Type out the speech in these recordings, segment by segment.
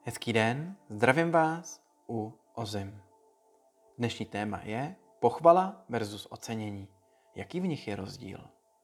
Hezký den, zdravím vás u OZIM. Dnešní téma je pochvala versus ocenění. Jaký v nich je rozdíl?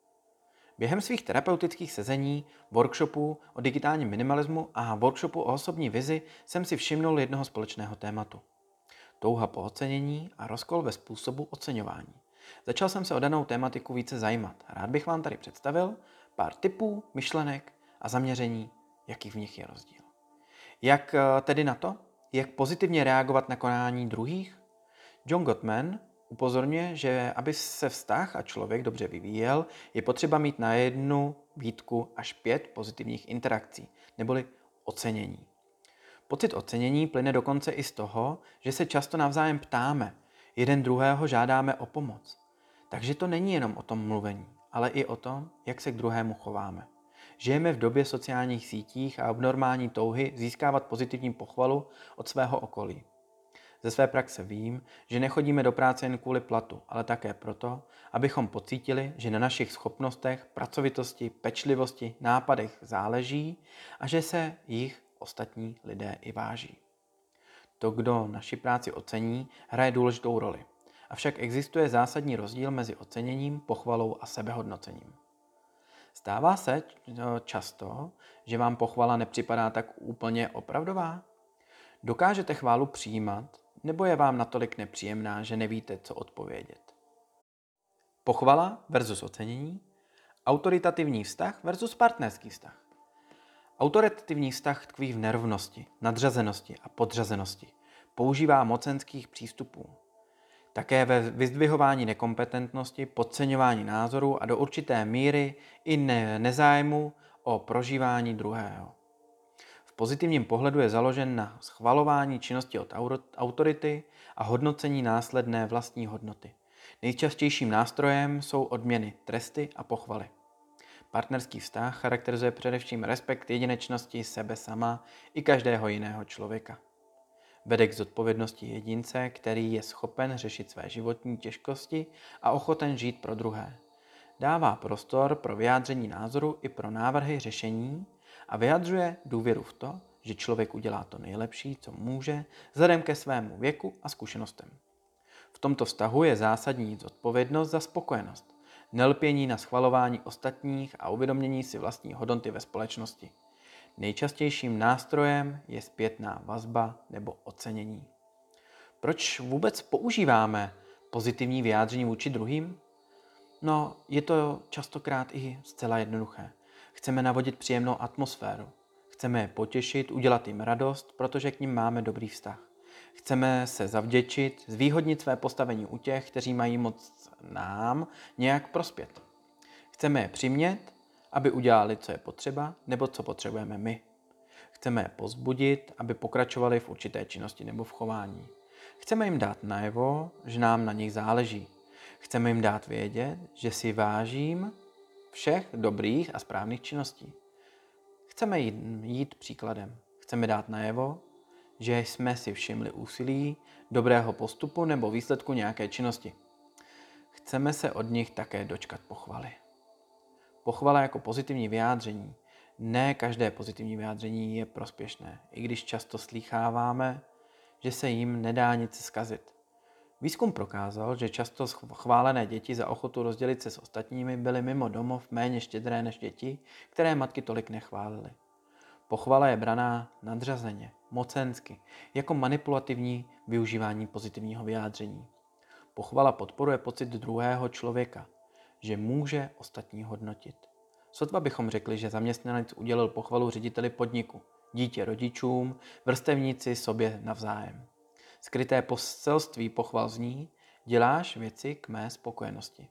Během svých terapeutických sezení, workshopů o digitálním minimalismu a workshopu o osobní vizi jsem si všimnul jednoho společného tématu. Touha po ocenění a rozkol ve způsobu oceňování. Začal jsem se o danou tématiku více zajímat. Rád bych vám tady představil pár tipů, myšlenek a zaměření, jaký v nich je rozdíl. Jak tedy na to? Jak pozitivně reagovat na konání druhých? John Gottman upozorňuje, že aby se vztah a člověk dobře vyvíjel, je potřeba mít na jednu výtku až 5 pozitivních interakcí, neboli ocenění. Pocit ocenění plyne dokonce i z toho, že se často navzájem ptáme, jeden druhého žádáme o pomoc. Takže to není jenom o tom mluvení, ale i o tom, jak se k druhému chováme. Žijeme v době sociálních sítích a abnormální touhy získávat pozitivní pochvalu od svého okolí. Ze své praxe vím, že nechodíme do práce jen kvůli platu, ale také proto, abychom pocítili, že na našich schopnostech, pracovitosti, pečlivosti, nápadech záleží a že se jich ostatní lidé i váží. To, kdo naši práci ocení, hraje důležitou roli. Avšak existuje zásadní rozdíl mezi oceněním, pochvalou a sebehodnocením. Stává se často, že vám pochvala nepřipadá tak úplně opravdová? Dokážete chválu přijímat, nebo je vám natolik nepříjemná, že nevíte, co odpovědět? Pochvala versus ocenění, autoritativní vztah versus partnerský vztah. Autoritativní vztah tkví v nerovnosti, nadřazenosti a podřazenosti. Používá mocenských přístupů. Také ve vyzdvihování nekompetentnosti, podceňování názorů a do určité míry i nezájmu o prožívání druhého. V pozitivním pohledu je založen na schvalování činnosti od autority a hodnocení následné vlastní hodnoty. Nejčastějším nástrojem jsou odměny, tresty a pochvaly. Partnerský vztah charakterizuje především respekt jedinečnosti sebe sama i každého jiného člověka. Vede k zodpovědnosti jedince, který je schopen řešit své životní těžkosti a ochoten žít pro druhé. Dává prostor pro vyjádření názoru i pro návrhy řešení a vyjadřuje důvěru v to, že člověk udělá to nejlepší, co může, vzhledem ke svému věku a zkušenostem. V tomto vztahu je zásadní zodpovědnost za spokojenost, nelpění na schvalování ostatních a uvědomění si vlastní hodnoty ve společnosti. Nejčastějším nástrojem je zpětná vazba nebo ocenění. Proč vůbec používáme pozitivní vyjádření vůči druhým? No, je to častokrát i zcela jednoduché. Chceme navodit příjemnou atmosféru. Chceme je potěšit, udělat jim radost, protože k nim máme dobrý vztah. Chceme se zavděčit, zvýhodnit své postavení u těch, kteří mají moc nám nějak prospět. Chceme je přimět, aby udělali, co je potřeba, nebo co potřebujeme my. Chceme je povzbudit, aby pokračovali v určité činnosti nebo v chování. Chceme jim dát najevo, že nám na nich záleží. Chceme jim dát vědět, že si vážím všech dobrých a správných činností. Chceme jít příkladem. Chceme dát najevo, že jsme si všimli úsilí, dobrého postupu nebo výsledku nějaké činnosti. Chceme se od nich také dočkat pochvaly. Pochvala jako pozitivní vyjádření. Ne každé pozitivní vyjádření je prospěšné, i když často slýcháváme, že se jim nedá nic zkazit. Výzkum prokázal, že často chválené děti za ochotu rozdělit se s ostatními byly mimo domov méně štědré než děti, které matky tolik nechválily. Pochvala je braná nadřazeně, mocensky, jako manipulativní využívání pozitivního vyjádření. Pochvala podporuje pocit druhého člověka, že může ostatní hodnotit. Sotva bychom řekli, že zaměstnanec udělil pochvalu řediteli podniku, dítě rodičům, vrstevníci sobě navzájem. Skryté poselství pochval zní: děláš věci k mé spokojenosti.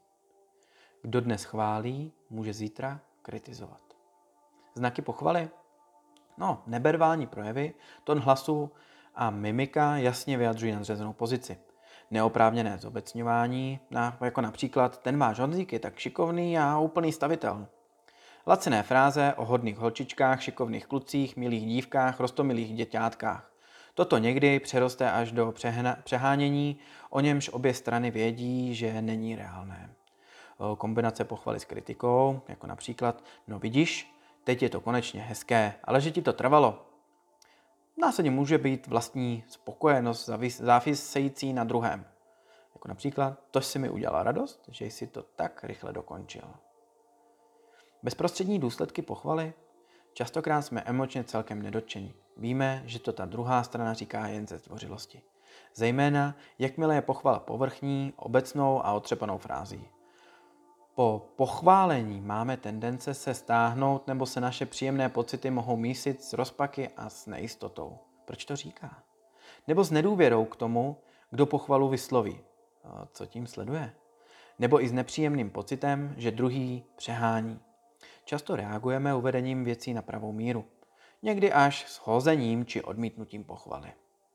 Kdo dnes chválí, může zítra kritizovat. Znaky pochvaly? No, neverbální projevy, tón hlasu a mimika jasně vyjadřují nadřazenou pozici. Neoprávněné zobecňování, jako například ten váš Honzík je tak šikovný a úplný stavitel. Laciné fráze o hodných holčičkách, šikovných klucích, milých dívkách, roztomilých děťátkách. Toto někdy přeroste až do přehánění, o němž obě strany vědí, že není reálné. Kombinace pochvaly s kritikou, jako například: no vidíš, teď je to konečně hezké, ale že ti to trvalo. Následně může být vlastní spokojenost závisející na druhém. Jako například, to si mi udělala radost, že jsi to tak rychle dokončil. Bezprostřední důsledky pochvaly? Častokrát jsme emočně celkem nedotčení. Víme, že to ta druhá strana říká jen ze zdvořilosti. Zejména, jakmile je pochvala povrchní, obecnou a otřepanou frází. Po pochválení máme tendence se stáhnout nebo se naše příjemné pocity mohou mísit s rozpaky a s nejistotou. Proč to říká? Nebo s nedůvěrou k tomu, kdo pochvalu vysloví. Co tím sleduje? Nebo i s nepříjemným pocitem, že druhý přehání. Často reagujeme uvedením věcí na pravou míru. Někdy až s hozením či odmítnutím pochvaly.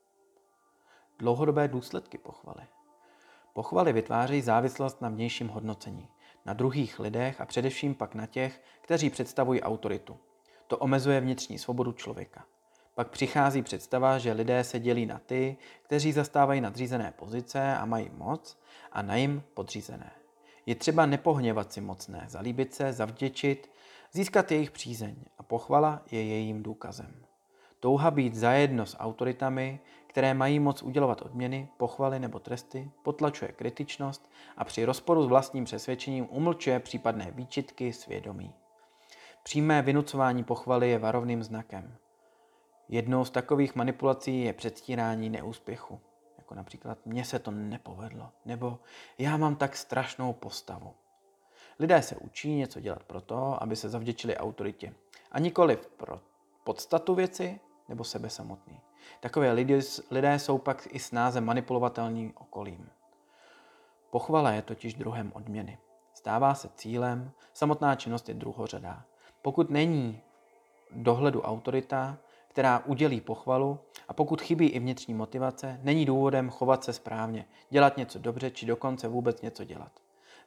Dlouhodobé důsledky pochvaly. Pochvaly vytvářejí závislost na vnějším hodnocení, na druhých lidech a především pak na těch, kteří představují autoritu. To omezuje vnitřní svobodu člověka. Pak přichází představa, že lidé se dělí na ty, kteří zastávají nadřízené pozice a mají moc, a na jim podřízené. Je třeba nepohněvat si mocné, zalíbit se, zavděčit, získat jejich přízeň a pochvala je jejím důkazem. Touha být zajedno s autoritami, které mají moc udělovat odměny, pochvaly nebo tresty, potlačuje kritičnost a při rozporu s vlastním přesvědčením umlčuje případné výčitky svědomí. Přímé vynucování pochvaly je varovným znakem. Jednou z takových manipulací je předstírání neúspěchu. Jako například mně se to nepovedlo, nebo já mám tak strašnou postavu. Lidé se učí něco dělat proto, aby se zavděčili autoritě. A nikoliv pro podstatu věci nebo sebe samotný. Takové lidé jsou pak i snáze manipulovatelní okolím. Pochvala je totiž druhem odměny. Stává se cílem, samotná činnost je druhořadá. Pokud není dohledu autorita, která udělí pochvalu, a pokud chybí i vnitřní motivace, není důvodem chovat se správně, dělat něco dobře či dokonce vůbec něco dělat.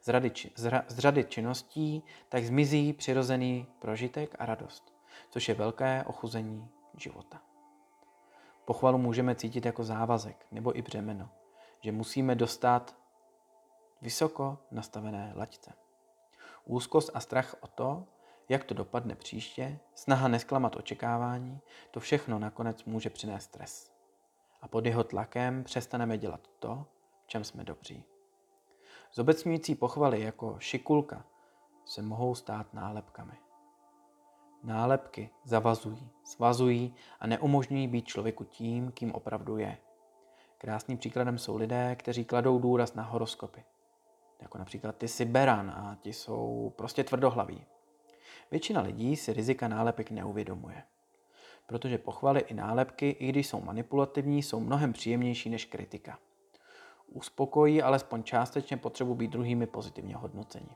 Z řady činností tak zmizí přirozený prožitek a radost, což je velké ochuzení života. Pochvalu můžeme cítit jako závazek nebo i břemeno, že musíme dostat vysoko nastavené laťce. Úzkost a strach o to, jak to dopadne příště, snaha nesklamat očekávání, to všechno nakonec může přinést stres. A pod jeho tlakem přestaneme dělat to, v čem jsme dobří. Zobecňující pochvaly jako šikulka se mohou stát nálepkami. Nálepky zavazují, svazují a neumožňují být člověku tím, kým opravdu je. Krásným příkladem jsou lidé, kteří kladou důraz na horoskopy. Jako například ty jsi beran a ti jsou prostě tvrdohlaví. Většina lidí si rizika nálepek neuvědomuje. Protože pochvaly i nálepky, i když jsou manipulativní, jsou mnohem příjemnější než kritika. Uspokojí alespoň částečně potřebu být druhými pozitivně hodnoceni.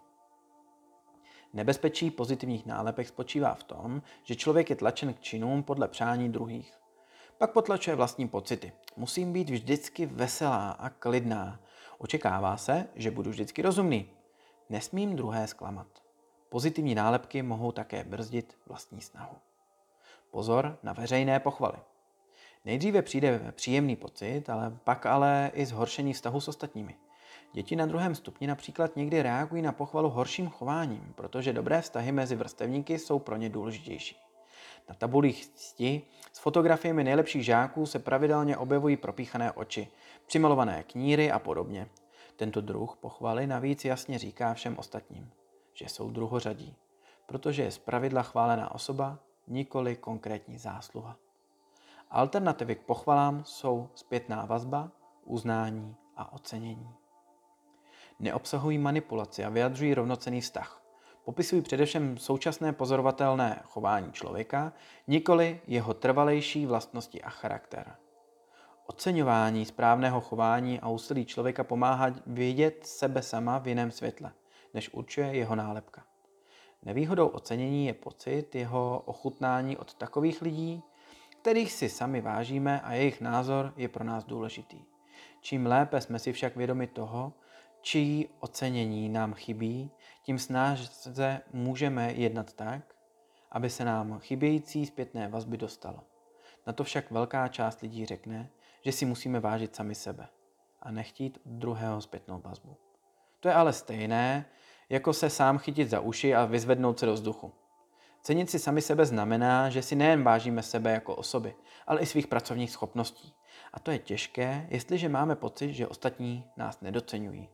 Nebezpečí pozitivních nálepek spočívá v tom, že člověk je tlačen k činům podle přání druhých. Pak potlačuje vlastní pocity. Musím být vždycky veselá a klidná. Očekává se, že budu vždycky rozumný. Nesmím druhé zklamat. Pozitivní nálepky mohou také brzdit vlastní snahu. Pozor na veřejné pochvaly. Nejdříve přijde příjemný pocit, ale pak i zhoršení vztahu s ostatními. Děti na druhém stupni například někdy reagují na pochvalu horším chováním, protože dobré vztahy mezi vrstevníky jsou pro ně důležitější. Na tabulích cti s fotografiemi nejlepších žáků se pravidelně objevují propíchané oči, přimalované kníry a podobně. Tento druh pochvaly navíc jasně říká všem ostatním, že jsou druhořadí, protože je zpravidla chválená osoba, nikoli konkrétní zásluha. Alternativy k pochvalám jsou zpětná vazba, uznání a ocenění. Neobsahují manipulaci a vyjadřují rovnocenný vztah. Popisují především současné pozorovatelné chování člověka, nikoli jeho trvalejší vlastnosti a charakter. Oceňování správného chování a úsilí člověka pomáhá vidět sebe sama v jiném světle, než určuje jeho nálepka. Nevýhodou ocenění je pocit jeho ochutnání od takových lidí, kterých si sami vážíme a jejich názor je pro nás důležitý. Čím lépe jsme si však vědomi toho, čí ocenění nám chybí, tím snáze můžeme jednat tak, aby se nám chybějící zpětné vazby dostalo. Na to však velká část lidí řekne, že si musíme vážit sami sebe a nechtít od druhého zpětnou vazbu. To je ale stejné, jako se sám chytit za uši a vyzvednout se do vzduchu. Cenit si sami sebe znamená, že si nejen vážíme sebe jako osoby, ale i svých pracovních schopností. A to je těžké, jestliže máme pocit, že ostatní nás nedoceňují.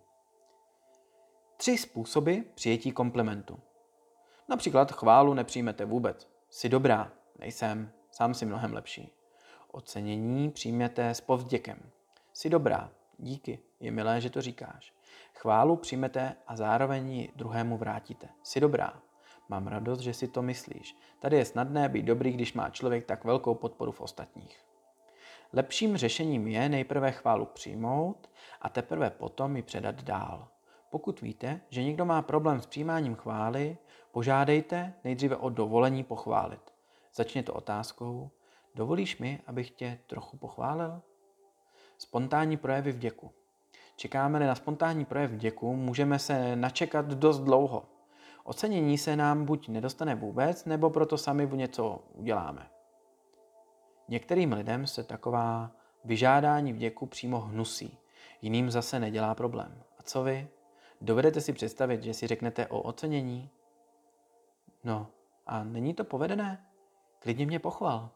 3 způsoby přijetí komplimentu. Například chválu nepřijmete vůbec. Jsi dobrá, nejsem, sám si mnohem lepší. Ocenění přijměte s povděkem. Jsi dobrá, díky, je milé, že to říkáš. Chválu přijmete a zároveň ji druhému vrátíte. Jsi dobrá, mám radost, že si to myslíš. Tady je snadné být dobrý, když má člověk tak velkou podporu v ostatních. Lepším řešením je nejprve chválu přijmout a teprve potom ji předat dál. Pokud víte, že někdo má problém s přijímáním chvály, požádejte nejdříve o dovolení pochválit. Začněte otázkou: dovolíš mi, abych tě trochu pochválil? Spontánní projevy vděku. Čekáme-li na spontánní projev vděku, můžeme se načekat dost dlouho. Ocenění se nám buď nedostane vůbec, nebo proto sami něco uděláme. Některým lidem se taková vyžádání vděku přímo hnusí, jiným zase nedělá problém. A co vy? Dovedete si představit, že si řeknete o ocenění? No, a není to povedené? Klidně mě pochval.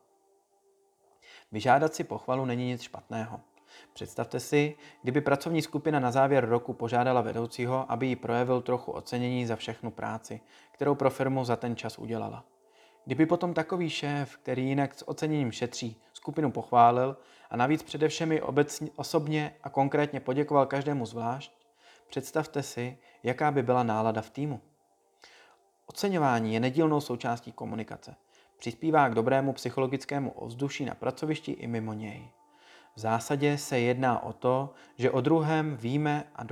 Vyžádat si pochvalu není nic špatného. Představte si, kdyby pracovní skupina na závěr roku požádala vedoucího, aby jí projevil trochu ocenění za všechnu práci, kterou pro firmu za ten čas udělala. Kdyby potom takový šéf, který jinak s oceněním šetří, skupinu pochválil a navíc především i osobně a konkrétně poděkoval každému zvlášť, představte si, jaká by byla nálada v týmu. Oceňování je nedílnou součástí komunikace. Přispívá k dobrému psychologickému ovzduší na pracovišti i mimo něj. V zásadě se jedná o to, že o druhém víme a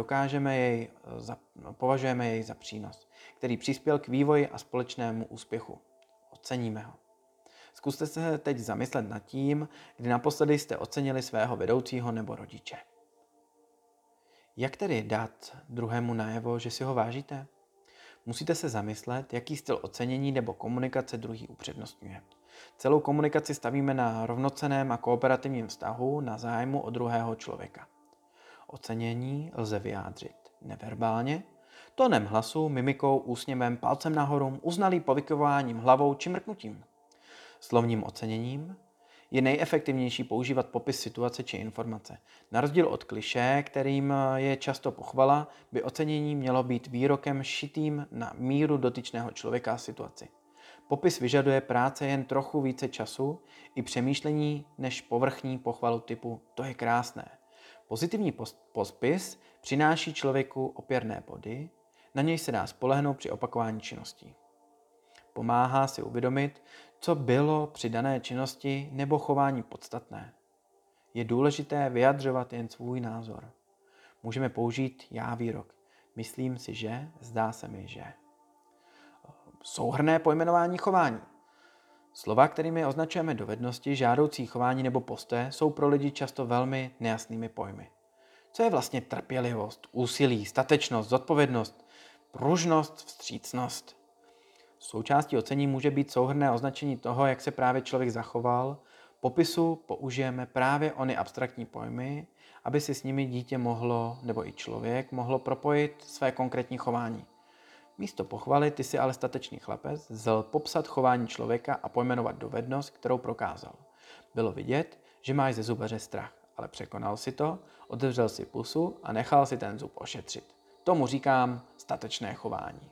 považujeme jej za přínos, který přispěl k vývoji a společnému úspěchu. Oceníme ho. Zkuste se teď zamyslet nad tím, kdy naposledy jste ocenili svého vedoucího nebo rodiče. Jak tedy dát druhému najevo, že si ho vážíte? Musíte se zamyslet, jaký styl ocenění nebo komunikace druhý upřednostňuje. Celou komunikaci stavíme na rovnocenném a kooperativním vztahu na zájmu o druhého člověka. Ocenění lze vyjádřit neverbálně, tónem hlasu, mimikou, úsměvem, palcem nahoru, uznalý povykováním hlavou či mrknutím. Slovním oceněním je nejefektivnější používat popis situace či informace. Na rozdíl od klišé, kterým je často pochvala, by ocenění mělo být výrokem šitým na míru dotyčného člověka a situaci. Popis vyžaduje práce jen trochu více času i přemýšlení než povrchní pochvalu typu to je krásné. Pozitivní podpis přináší člověku opěrné body, na něj se dá spolehnout při opakování činností. Pomáhá si uvědomit, co bylo při dané činnosti nebo chování podstatné. Je důležité vyjadřovat jen svůj názor. Můžeme použít já výrok. Myslím si, že, zdá se mi, že. Souhrnné pojmenování chování. Slova, kterými označujeme dovednosti, žádoucí chování nebo postoje, jsou pro lidi často velmi nejasnými pojmy. Co je vlastně trpělivost, úsilí, statečnost, zodpovědnost, pružnost, vstřícnost? Součástí ocenění může být souhrnné označení toho, jak se právě člověk zachoval. Popisu použijeme právě ony abstraktní pojmy, aby si s nimi dítě mohlo, nebo i člověk, mohlo propojit své konkrétní chování. Místo pochvaly ty jsi ale statečný chlapec, lze popsat chování člověka a pojmenovat dovednost, kterou prokázal. Bylo vidět, že máš ze zubaře strach, ale překonal si to, otevřel si pusu a nechal si ten zub ošetřit. Tomu říkám statečné chování.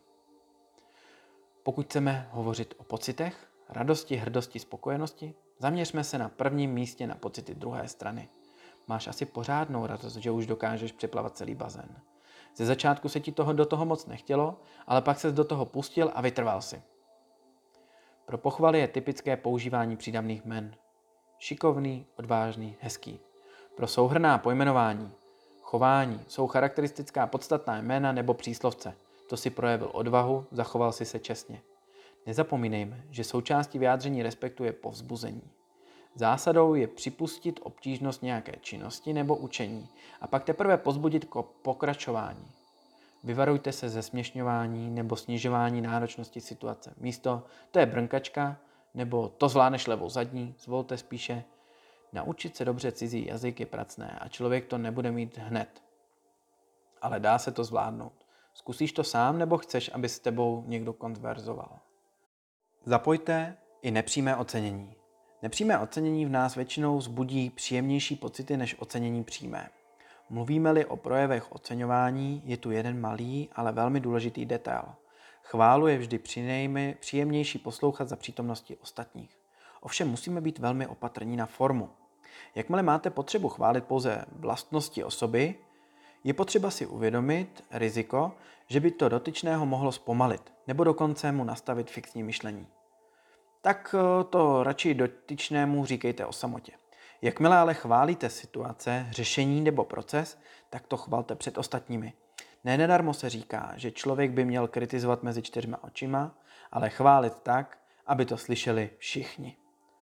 Pokud chceme hovořit o pocitech, radosti, hrdosti, spokojenosti, zaměřme se na prvním místě na pocity druhé strany. Máš asi pořádnou radost, že už dokážeš přeplavat celý bazén. Ze začátku se ti do toho moc nechtělo, ale pak ses do toho pustil a vytrval si. Pro pochvaly je typické používání přídavných jmen. Šikovný, odvážný, hezký. Pro souhrnná pojmenování, chování jsou charakteristická podstatná jména nebo příslovce. To si projevil odvahu, zachoval si se čestně. Nezapomínejme, že součástí vyjádření respektu je povzbuzení. Zásadou je připustit obtížnost nějaké činnosti nebo učení a pak teprve povzbudit k pokračování. Vyvarujte se zesměšňování nebo snižování náročnosti situace. Místo to je brnkačka nebo to zvládneš levou zadní, zvolte spíše naučit se dobře cizí jazyk je pracné a člověk to nebude mít hned. Ale dá se to zvládnout. Zkusíš to sám nebo chceš, aby s tebou někdo konverzoval? Zapojte i nepřímé ocenění. Nepřímé ocenění v nás většinou vzbudí příjemnější pocity než ocenění přímé. Mluvíme-li o projevech oceňování, je tu jeden malý, ale velmi důležitý detail. Chválu je vždy příjemnější poslouchat za přítomnosti ostatních. Ovšem musíme být velmi opatrní na formu. Jakmile máte potřebu chválit pouze vlastnosti osoby, je potřeba si uvědomit riziko, že by to dotyčného mohlo zpomalit, nebo dokonce mu nastavit fixní myšlení. Tak to radši dotyčnému říkejte o samotě. Jakmile ale chválíte situace, řešení nebo proces, tak to chvalte před ostatními. Nedarmo se říká, že člověk by měl kritizovat mezi 4 očima, ale chválit tak, aby to slyšeli všichni.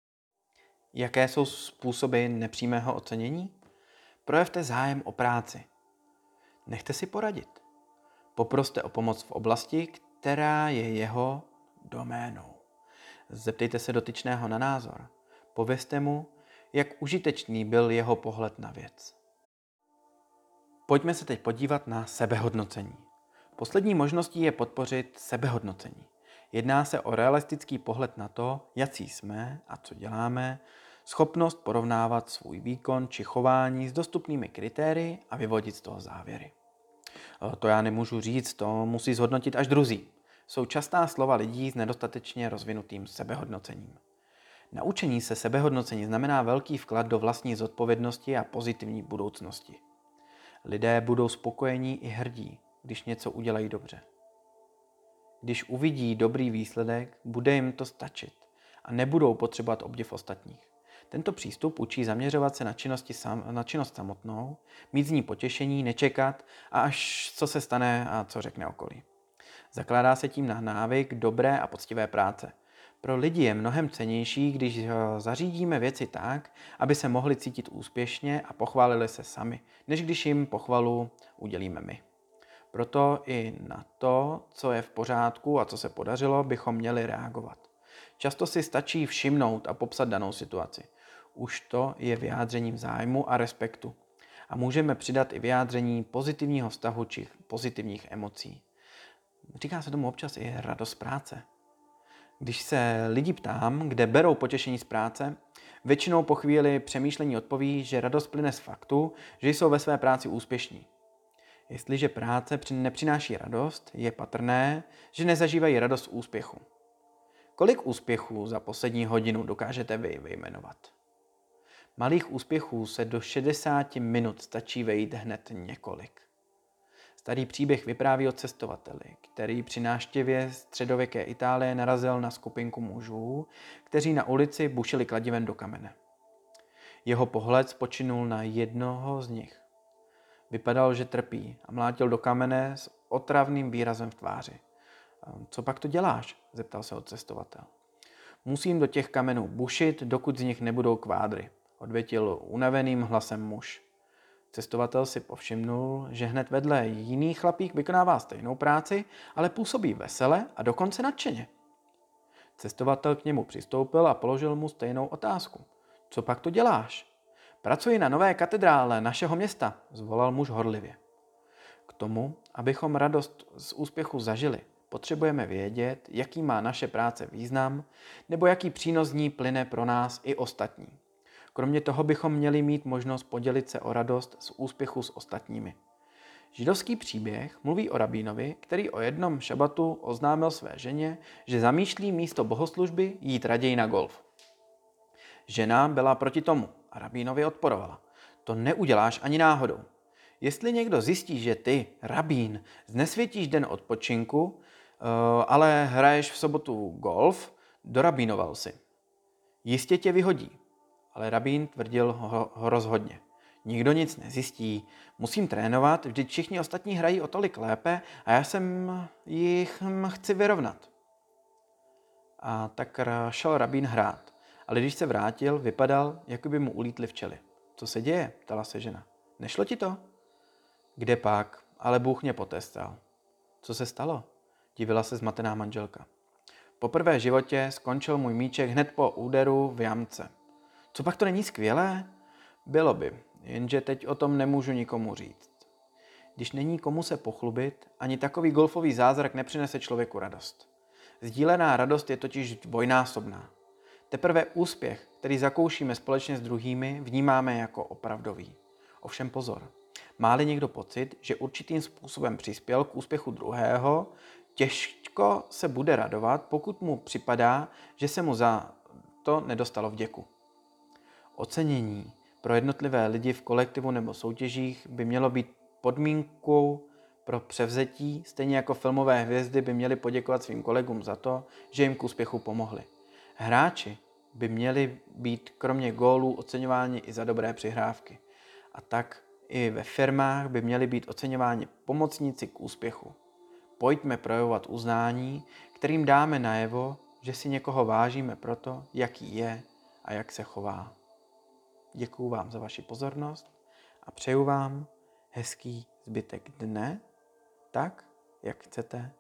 Jaké jsou způsoby nepřímého ocenění? Projevte zájem o práci. Nechte si poradit. Poproste o pomoc v oblasti, která je jeho doménou. Zeptejte se dotyčného na názor. Povězte mu, jak užitečný byl jeho pohled na věc. Pojďme se teď podívat na sebehodnocení. Poslední možností je podpořit sebehodnocení. Jedná se o realistický pohled na to, jací jsme a co děláme, schopnost porovnávat svůj výkon či chování s dostupnými kritérii a vyvodit z toho závěry. To já nemůžu říct, to musí zhodnotit až druzí. Jsou častá slova lidí s nedostatečně rozvinutým sebehodnocením. Naučení se sebehodnocení znamená velký vklad do vlastní zodpovědnosti a pozitivní budoucnosti. Lidé budou spokojení i hrdí, když něco udělají dobře. Když uvidí dobrý výsledek, bude jim to stačit a nebudou potřebovat obdiv ostatních. Tento přístup učí zaměřovat se na činnost samotnou, mít z ní potěšení, nečekat a až co se stane a co řekne okolí. Zakládá se tím na návyk dobré a poctivé práce. Pro lidi je mnohem cennější, když zařídíme věci tak, aby se mohli cítit úspěšně a pochválili se sami, než když jim pochvalu udělíme my. Proto i na to, co je v pořádku a co se podařilo, bychom měli reagovat. Často si stačí všimnout a popsat danou situaci. Už to je vyjádřením zájmu a respektu. A můžeme přidat i vyjádření pozitivního vztahu či pozitivních emocí. Říká se tomu občas i radost práce. Když se lidi ptám, kde berou potěšení z práce, většinou po chvíli přemýšlení odpoví, že radost plyne z faktu, že jsou ve své práci úspěšní. Jestliže práce nepřináší radost, je patrné, že nezažívají radost z úspěchu. Kolik úspěchů za poslední hodinu dokážete vy vyjmenovat? Malých úspěchů se do 60 minut stačí vejít hned několik. Starý příběh vypráví o cestovateli, který při návštěvě středověké Itálie narazil na skupinku mužů, kteří na ulici bušili kladivem do kamene. Jeho pohled spočinul na jednoho z nich. Vypadal, že trpí a mlátil do kamene s otravným výrazem v tváři. Co pak to děláš? Zeptal se cestovatel. Musím do těch kamenů bušit, dokud z nich nebudou kvádry, odvětil unaveným hlasem muž. Cestovatel si povšimnul, že hned vedle jiný chlapík vykonává stejnou práci, ale působí vesele a dokonce nadšeně. Cestovatel k němu přistoupil a položil mu stejnou otázku. Co pak to děláš? Pracuji na nové katedrále našeho města, zvolal muž horlivě. K tomu, abychom radost z úspěchu zažili, potřebujeme vědět, jaký má naše práce význam, nebo jaký přínos z ní plyne pro nás i ostatní. Kromě toho bychom měli mít možnost podělit se o radost z úspěchu s ostatními. Židovský příběh mluví o rabínovi, který o jednom šabatu oznámil své ženě, že zamýšlí místo bohoslužby jít raději na golf. Žena byla proti tomu a rabínovi odporovala. To neuděláš ani náhodou. Jestli někdo zjistí, že ty, rabín, znesvětíš den odpočinku, ale hraješ v sobotu golf, dorabínoval si. Jistě tě vyhodí. Ale rabín tvrdil ho rozhodně. Nikdo nic nezjistí, musím trénovat, vždyť všichni ostatní hrají o tolik lépe a já jsem jich chci vyrovnat. A tak šel rabín hrát, ale když se vrátil, vypadal, jako by mu ulítly včely. Co se děje? Ptala se žena. Nešlo ti to? Kde pak? Ale Bůh mě potestal. Co se stalo? Divila se zmatená manželka. Poprvé v životě skončil můj míček hned po úderu v jamce. Co pak to není skvělé? Bylo by, jenže teď o tom nemůžu nikomu říct. Když není komu se pochlubit, ani takový golfový zázrak nepřinese člověku radost. Sdílená radost je totiž dvojnásobná. Teprve úspěch, který zakoušíme společně s druhými, vnímáme jako opravdový. Ovšem pozor. Má-li někdo pocit, že určitým způsobem přispěl k úspěchu druhého, těžko se bude radovat, pokud mu připadá, že se mu za to nedostalo vděku. Ocenění pro jednotlivé lidi v kolektivu nebo soutěžích by mělo být podmínkou pro převzetí, stejně jako filmové hvězdy by měly poděkovat svým kolegům za to, že jim k úspěchu pomohli. Hráči by měli být kromě gólů oceňováni i za dobré přihrávky. A tak i ve firmách by měli být oceňováni pomocníci k úspěchu. Pojďme projevovat uznání, kterým dáme najevo, že si někoho vážíme proto, jaký je a jak se chová. Děkuju vám za vaši pozornost a přeju vám hezký zbytek dne, tak, jak chcete